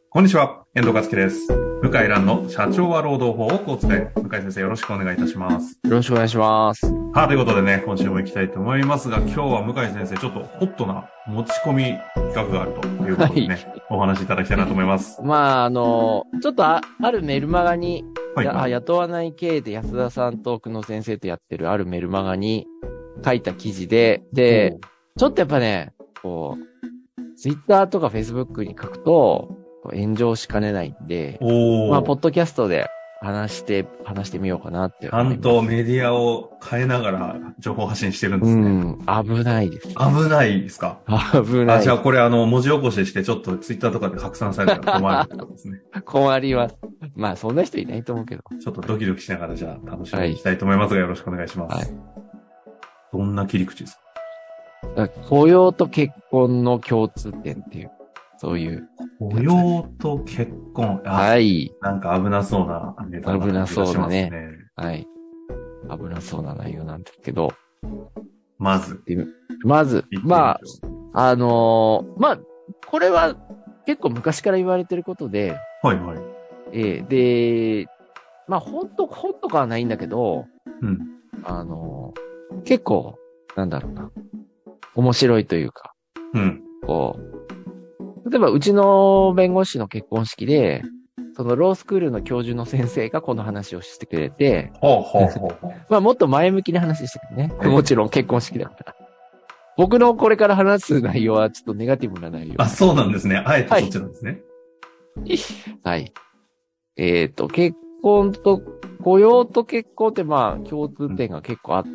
こんにちは、遠藤和樹です。向井蘭の社長は労働法をこう使え。向井先生よろしくお願いいたします。 よろしくお願いします。 ということでね、今週も行きたいと思いますが、今日は向井先生、ちょっとホットな持ち込み企画があるということでね、お話しいただきたいなと思います。 ちょっとあるメルマガに、雇わない系で安田さんと久野先生とやってるあるメルマガに書いた記事で、ちょっとやっぱね、ツイッターとかフェイスブックに書くと炎上しかねないんで、ポッドキャストで話してみようかなってちゃんとメディアを変えながら情報発信してるんですね。 危ないです。 危ないですか？ 危ない。 じゃあこれ文字起こししてちょっとツイッターとかで拡散されたら困るってことですね。 困ります。まあそんな人いないと思うけど。 ちょっとドキドキしながらじゃあ楽しみにしたいと思いますが、よろしくお願いします。どんな切り口ですか？ 雇用と結婚の共通点っていう。そういう。 雇用と結婚。 はい。 なんか危なそうなネタが危なそうだね。 はい。 危なそうな内容なんですけど。 まず、 これは結構昔から言われてることで。 はいはい。 本当とかはないんだけど、結構、なんだろうな。面白いというか。例えば、うちの弁護士の結婚式で、そのロースクールの教授の先生がこの話をしてくれて、もっと前向きな話してくれね。もちろん結婚式だったら。僕のこれから話す内容はちょっとネガティブな内容。 そうなんですね。あえてそっちなんですね。 はい。結婚と、雇用と結婚って共通点が結構あって、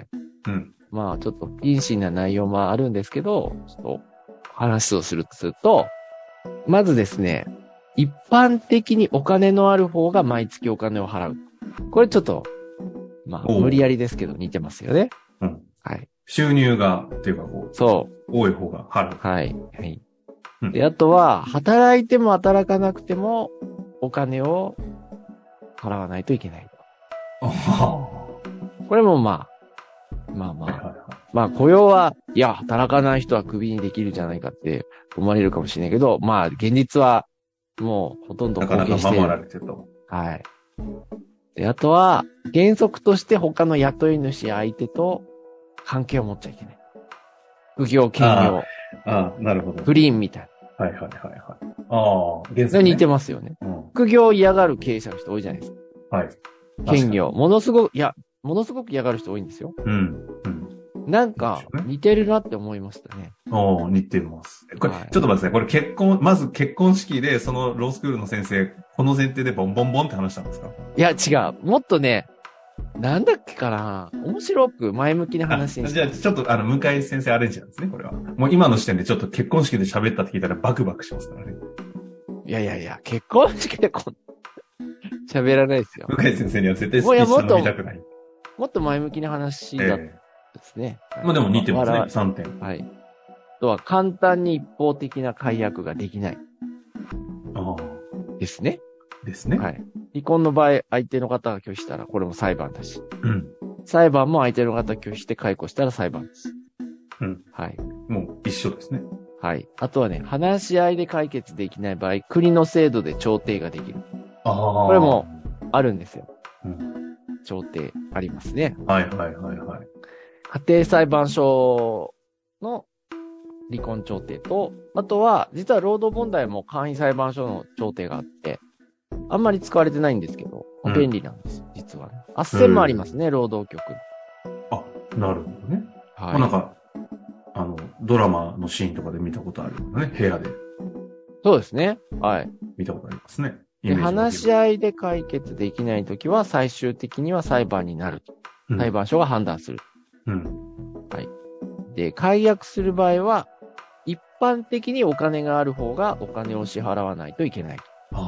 ちょっと不謹慎な内容もあるんですけど、ちょっと話をすると、まずですね、一般的にお金のある方が毎月お金を払う。これちょっと、無理やりですけど似てますよね。はい。 収入が、っていうか多い方が払う。 はい。はい。で、あとは、働いても働かなくても、お金を払わないといけないと。これも雇用は、いや、働かない人はクビにできるじゃないかって思われるかもしれないけど、現実は、もう、ほとんど貢献している。なかなか守られてると。 はい。で、あとは、原則として他の雇い主相手と関係を持っちゃいけない。副業、兼業。 なるほど。 不倫みたいな。はい。原則、 似てますよね。副業を嫌がる経営者の人多いじゃないですか。はい。兼業。ものすごく嫌がる人多いんですよ。なんか、似てるなって思いましたね。 似てます。これ、ちょっと待ってください。これまず結婚式で、そのロースクールの先生、この前提でボンボンボンって話したんですか？ いや、違う。もっとね、なんだっけかな。面白く前向きな話にじゃあ、ちょっと向井先生アレンジなんですね、これは。もう今の時点でちょっと結婚式で喋ったって聞いたらバクバクしますからね。 いや、結婚式で喋らないですよ。 向井先生には絶対スピーチ頼みたくない。 もっと前向きな話だったですね。 でも似てますね、3点。 はい。あとは簡単に一方的な解約ができない。ですね。 ですね。 はい。離婚の場合、相手の方が拒否したら、これも裁判だし。裁判も相手の方が拒否して解雇したら裁判です。はい。 もう一緒ですね。 はい。あとはね、話し合いで解決できない場合、国の制度で調停ができる。これもあるんですよ。調停ありますね。 はい。 家庭裁判所の離婚調停と、あとは、実は労働問題も簡易裁判所の調停があって、あんまり使われてないんですけど、便利なんです、実はね。斡旋もありますね、労働局。 なるほどね。はい。なんか、ドラマのシーンとかで見たことあるよね、部屋で。 そうですね。はい。 見たことありますね。 で、話し合いで解決できないときは、最終的には裁判になる。裁判所が判断する。はい。で、解約する場合は、一般的にお金がある方がお金を支払わないといけない。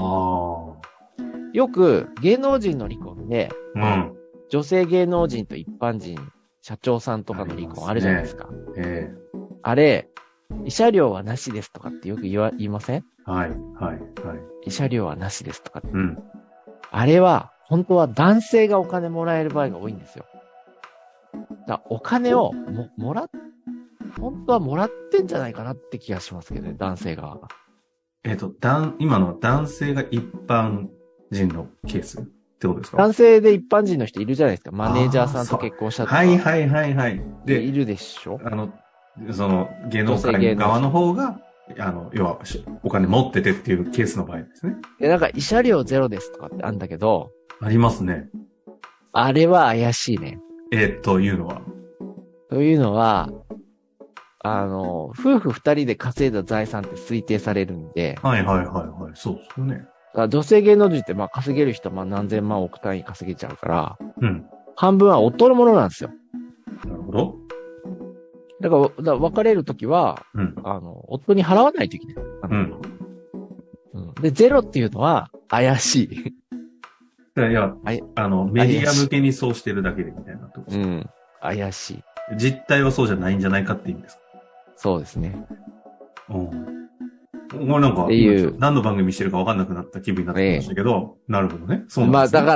よく芸能人の離婚で、女性芸能人と一般人、社長さんとかの離婚あるじゃないですか。あれ、慰謝料はなしですとかってよく言いません？ はい。 慰謝料はなしですとかって。あれは、本当は男性がお金もらえる場合が多いんですよ。お金を本当はもらってんじゃないかなって気がしますけどね、男性側が。 今の男性が一般人のケースってことですか？ 男性で一般人の人いるじゃないですか。マネージャーさんと結婚したとか。 はいはいはいはい。 で、いるでしょ？ 芸能界側の方が、要は、お金持っててっていうケースの場合ですね。 なんか、慰謝料ゼロですとかってあるんだけど。 ありますね。 あれは怪しいね。 というのは。 というのは、夫婦二人で稼いだ財産って推定されるんで。 はいはいはいはい。そうですよね。 女性芸能人って稼げる人は何千万億単位稼げちゃうから、 うん。 半分は夫のものなんですよ。 なるほど。 だから別れるときは、 うん、 夫に払わないといけない。で、ゼロっていうのは怪しい。 いや、メディア向けにそうしてるだけでみたいなとこですか？ 怪しい。 実態はそうじゃないんじゃないかって意味ですか？ そうですね。 これなんか、何の番組してるか分かんなくなった気分になってましたけど、なるほどね。そうなんですね。 だ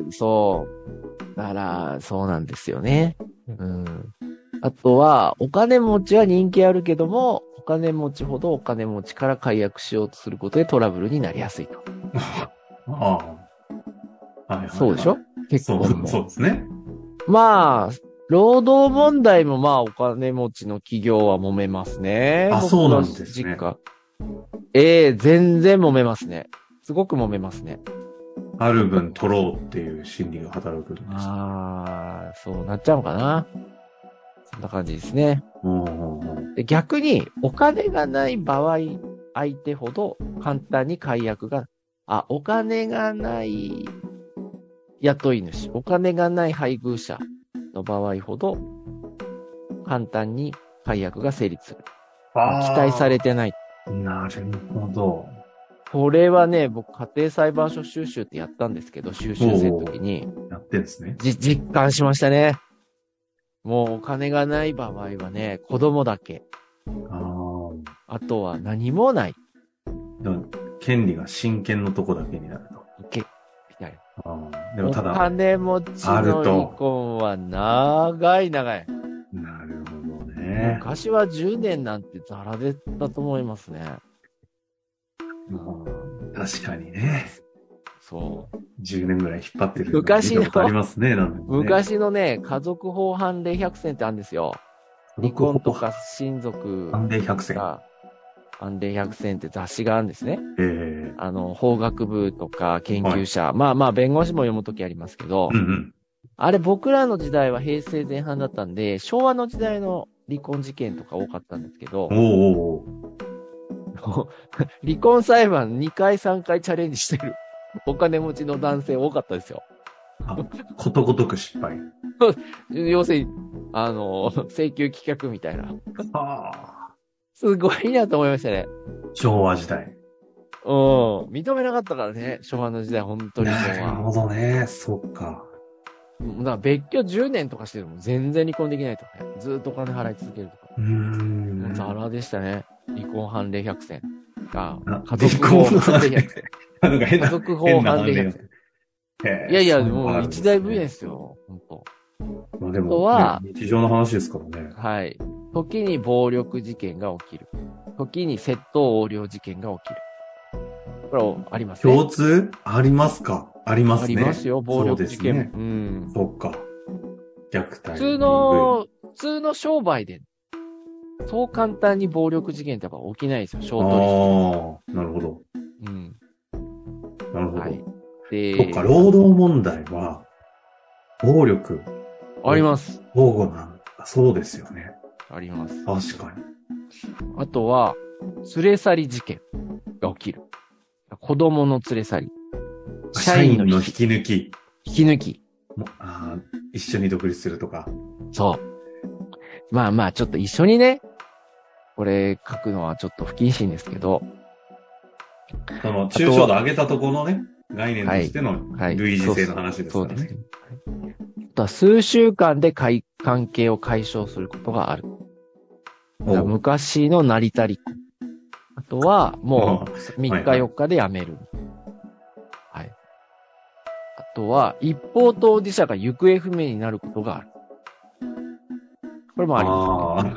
からそうなんですよね。あとは、お金持ちは人気あるけども、お金持ちほどお金持ちから解約しようとすることでトラブルになりやすいと。 ああ。はいはいはい、 そうでしょ？結構そうですね。 労働問題もお金持ちの企業は揉めますね。 そうなんですね。 全然揉めますね。すごく揉めますね。 ある分取ろうっていう心理が働くんです。 そうなっちゃうのかな。そんな感じですね。で逆に、お金がない場合、相手ほど簡単に解約が、お金がない雇い主、お金がない配偶者の場合ほど、簡単に解約が成立する。期待されてない。 なるほど。 これはね、僕、家庭裁判所修習ってやったんですけど、修習生の時に。 やってんですね。 実感しましたね。もうお金がない場合はね、子供だけ。あとは何もない。 権利が親権のとこだけになると。 みたいな。 でもただ、 お金持ちの離婚は長い。 なるほどね。 昔は10年なんてザラでだと思いますね。 確かにね。 そう。 10年ぐらい引っ張ってる。 昔の、 ありますね、 昔のね、家族法判例100選ってあるんですよ。離婚とか親族が。 判例100選。 判例100選って雑誌があるんですね。法学部とか研究者。弁護士も読むときありますけど、あれ僕らの時代は平成前半だったんで、昭和の時代の離婚事件とか多かったんですけど、離婚裁判2回3回チャレンジしてるお金持ちの男性多かったですよ。 ことごとく失敗。 要するに、請求棄却みたいな。すごいなと思いましたね。 昭和時代。 認めなかったからね、昭和の時代、本当に。 なるほどね、そっか。 だから別居10年とかしてるも全然離婚できないとかね。ずっとお金払い続けるとか。もうザラでしたね。離婚判例100選が。家族法判例100選。家族法判例100選。いや、もう一大分野ですよ。本当。 でも、日常の話ですからね。 はい。時に暴力事件が起きる。時に窃盗横領事件が起きる。これありますね。 共通ありますか？ありますね。 ありますよ、暴力事件。 そっか。虐待。 普通の商売で、そう簡単に暴力事件ってやっぱ起きないですよ、商取引。なるほど。なるほど。 はい。 そっか、労働問題は、暴力。 あります。 保護なんだ。そうですよね。 あります。 確かに。 あとは、連れ去り事件が起きる。子供の連れ去り。 社員の引き抜き。 引き抜き。 一緒に独立するとか。 そう。ちょっと一緒にね、これ書くのはちょっと不謹慎ですけど。 抽象度上げたところのね、概念としての類似性の話ですからね。そうですね。 あとは数週間で関係を解消することがある。昔の成田離婚。あとは、もう3日4日で辞める。はい。あとは、一方当事者が行方不明になることがある。これもありますね。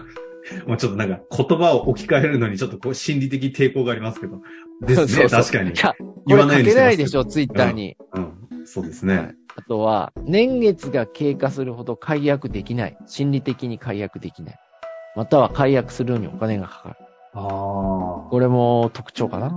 もうちょっとなんか言葉を置き換えるのにちょっとこう心理的抵抗がありますけど。ですね、 そうそう確かに。 いや、 言わないようにこれ書けしてますけど。 ないでしょ、ツイッターに。 そうですね。 あとは、年月が経過するほど解約できない。心理的に解約できない。または解約するのにお金がかかる。これも特徴かな。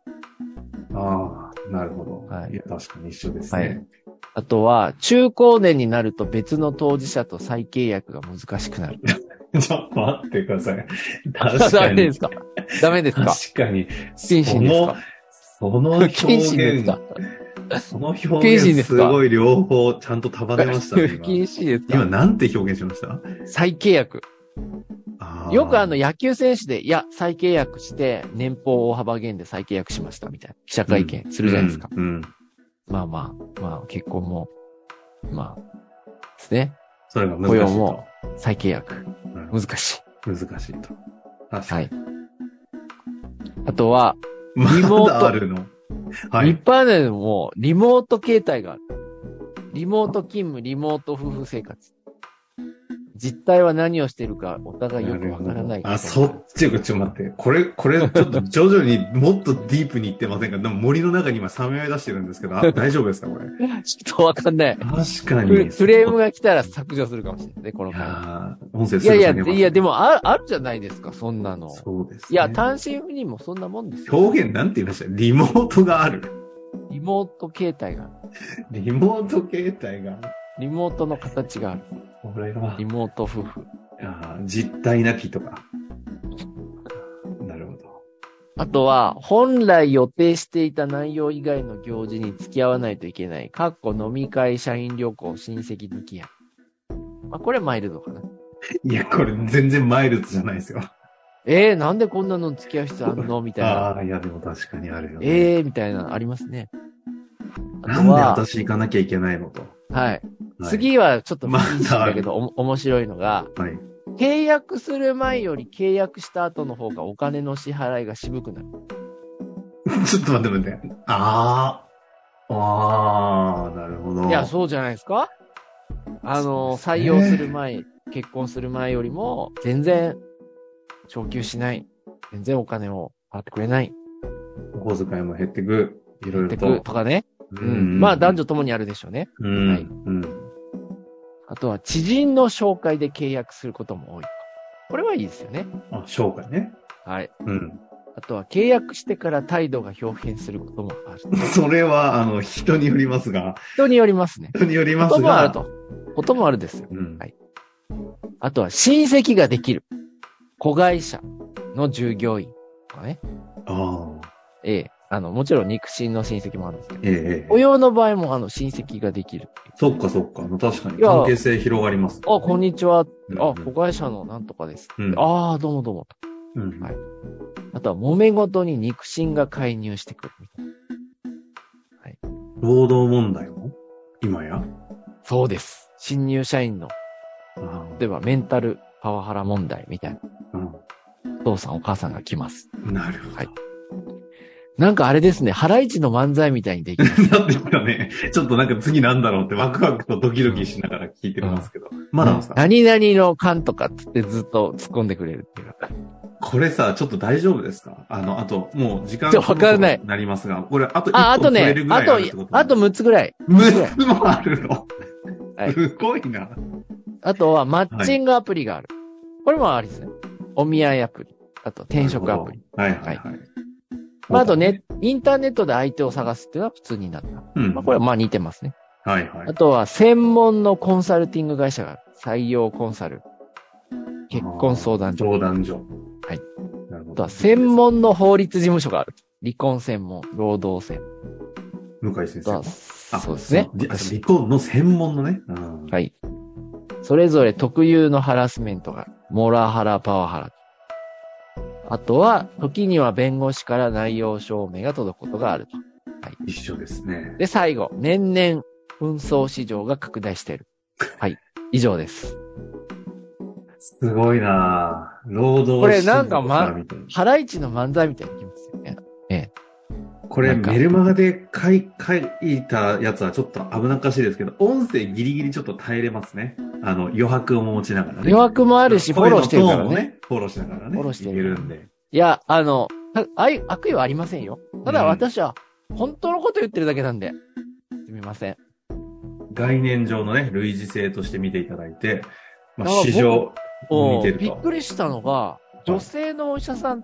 なるほど。 はい。 いや、確かに一緒ですね。はい。 あとは、中高年になると別の当事者と再契約が難しくなる。 ちょっと待ってください。確かに。 ダメですか？ダメですか？ 確かに。 不謹慎ですか？ その表現、その表現すごい両方ちゃんと束ねましたね。 不謹慎ですか？ 今なんて表現しました？ 再契約。よく野球選手で、いや、再契約して、年俸大幅減で再契約しましたみたいな記者会見するじゃないですか。まあ、結婚も、まあ、ですね。 それが難しいと。 雇用も再契約。難しい。 難しいと。確かに。 はい。あとは、 リモート。あるの。 はい。いっぱいあるのも、リモート形態がある。リモート勤務、リモート夫婦生活。実態は何をしているか、お互いよくわからない。 そっちか、ちょっと待って。これ、ちょっと徐々にもっとディープにいってませんか？でも森の中に今サメを出してるんですけど、大丈夫ですかこれ。 ちょっとわかんない。 確かに。 フレームが来たら削除するかもしれないね、この回。 音声いや、でもあるじゃないですか、そんなの。 そうです、ね。 いや、単身赴任もそんなもんですよ。 表現なんて言いました？リモートがある。 リモート形態がある。リモート形態がある。 リモートの形がある。 これは。 リモート夫婦。 実体なきとか。なるほど。 あとは、本来予定していた内容以外の行事に付き合わないといけない。飲み会、社員旅行、親戚付き合い。まあ、これマイルドかな。 いや、これ全然マイルドじゃないですよ。 なんでこんなの付き合う必要あんのみたいな。 いや、でも確かにあるよね。 みたいな、ありますね。 なんで私行かなきゃいけないのと。 はい。次はちょっと不謹慎だけど、面白いのが、契約する前より契約した後の方がお金の支払いが渋くなる。 ちょっと待って。なるほど。 いや、そうじゃないですか？採用する前、結婚する前よりも、全然、昇給しない。全然お金を払ってくれない。 お小遣いも減ってく。いろいろと。 減ってくとかね。まあ、男女ともにあるでしょうね。はい。あとは、知人の紹介で契約することも多い。これはいいですよね。 紹介ね。 はい。あとは、契約してから態度が表変することもある。 それは、人によりますが。 人によりますね。 人によりますが。 こともあると。こともあるですよ。はい。あとは、親戚ができる。子会社の従業員とかね。もちろん肉親の親戚もあるんですけど。雇用の場合も親戚ができる。 そっか。確かに。関係性広がります。 こんにちは。子会社のなんとかです。どうもどうも。はい。あとは、揉め事に肉親が介入してくるみたいな。はい。 労働問題も今やそうです。新入社員の、例えばメンタルパワハラ問題みたいな。お父さんお母さんが来ます。 なるほど。 はい。なんかあれですね、ハライチの漫才みたいにできます。 なんですかね。ちょっとなんか次なんだろうってワクワクとドキドキしながら聞いてますけど。まだですか？ 何々の勘とかつってずっと突っ込んでくれるっていう。 これさ、ちょっと大丈夫ですか？あと、もう時間がわからない。 なりますが、これ、あと1個増えるぐらいあるってこと？ あと6つぐらい。 6つもあるの？すごいな。 あとは、マッチングアプリがある。これもありですね。お見合いアプリ。あと、転職アプリ。 はい。 まあ、あとインターネットで相手を探すっていうのは普通になった。まあ、これはまあ似てますね。 はい。 あとは、専門のコンサルティング会社がある。採用コンサル。結婚相談所。 相談所。 はい。あとは、専門の法律事務所がある。離婚専門、労働専門。向井先生。 そうですね。 離婚の専門のね。 はい。それぞれ特有のハラスメントがある。モラハラ、パワハラ。あとは、時には弁護士から内容証明が届くことがあると。はい。 一緒ですね。 で、最後、年々紛争市場が拡大している。はい。以上です。 すごいなぁ。労働これなんかハライチの漫才みたいに言いますよね。 これメルマガで書いたやつはちょっと危なっかしいですけど、音声ギリギリちょっと耐えれますね。余白を持ちながらね。 余白もあるし、フォローしてるからね。 フォローしながらね。 フォローしてるんで。 いや、悪意はありませんよ。ただ私は、本当のこと言ってるだけなんで。すみません。 概念上のね、類似性として見ていただいて、市場を見てると。 びっくりしたのが、女性のお医者さんって、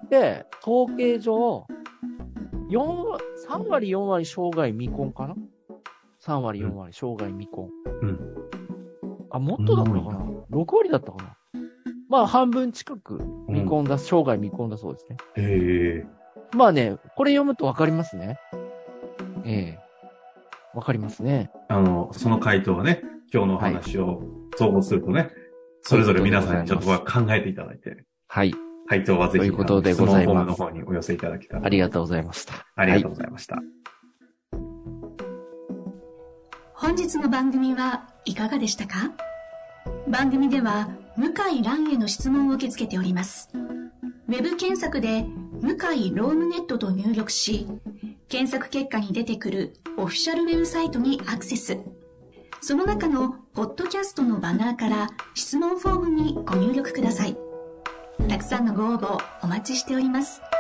統計上、3割4割生涯未婚かな ?3 割4割生涯未婚。もっとだったかな ?6 割だったかな半分近く未婚だ、生涯未婚だそうですね。これ読むとわかりますね。わかりますね。 その回答はね、今日のお話を総合するとね、それぞれ皆さんにちょっと考えていただいて。 はい。 回答はぜひ、 ということでございます。質問フォームの方にお寄せいただきたい。 ありがとうございました。 ありがとうございました。 本日の番組はいかがでしたか？番組では向井蘭への質問を受け付けております。ウェブ検索で向井ロームネットと入力し、検索結果に出てくるオフィシャルウェブサイトにアクセス。その中のポッドキャストのバナーから質問フォームにご入力ください。たくさんのご応募お待ちしております。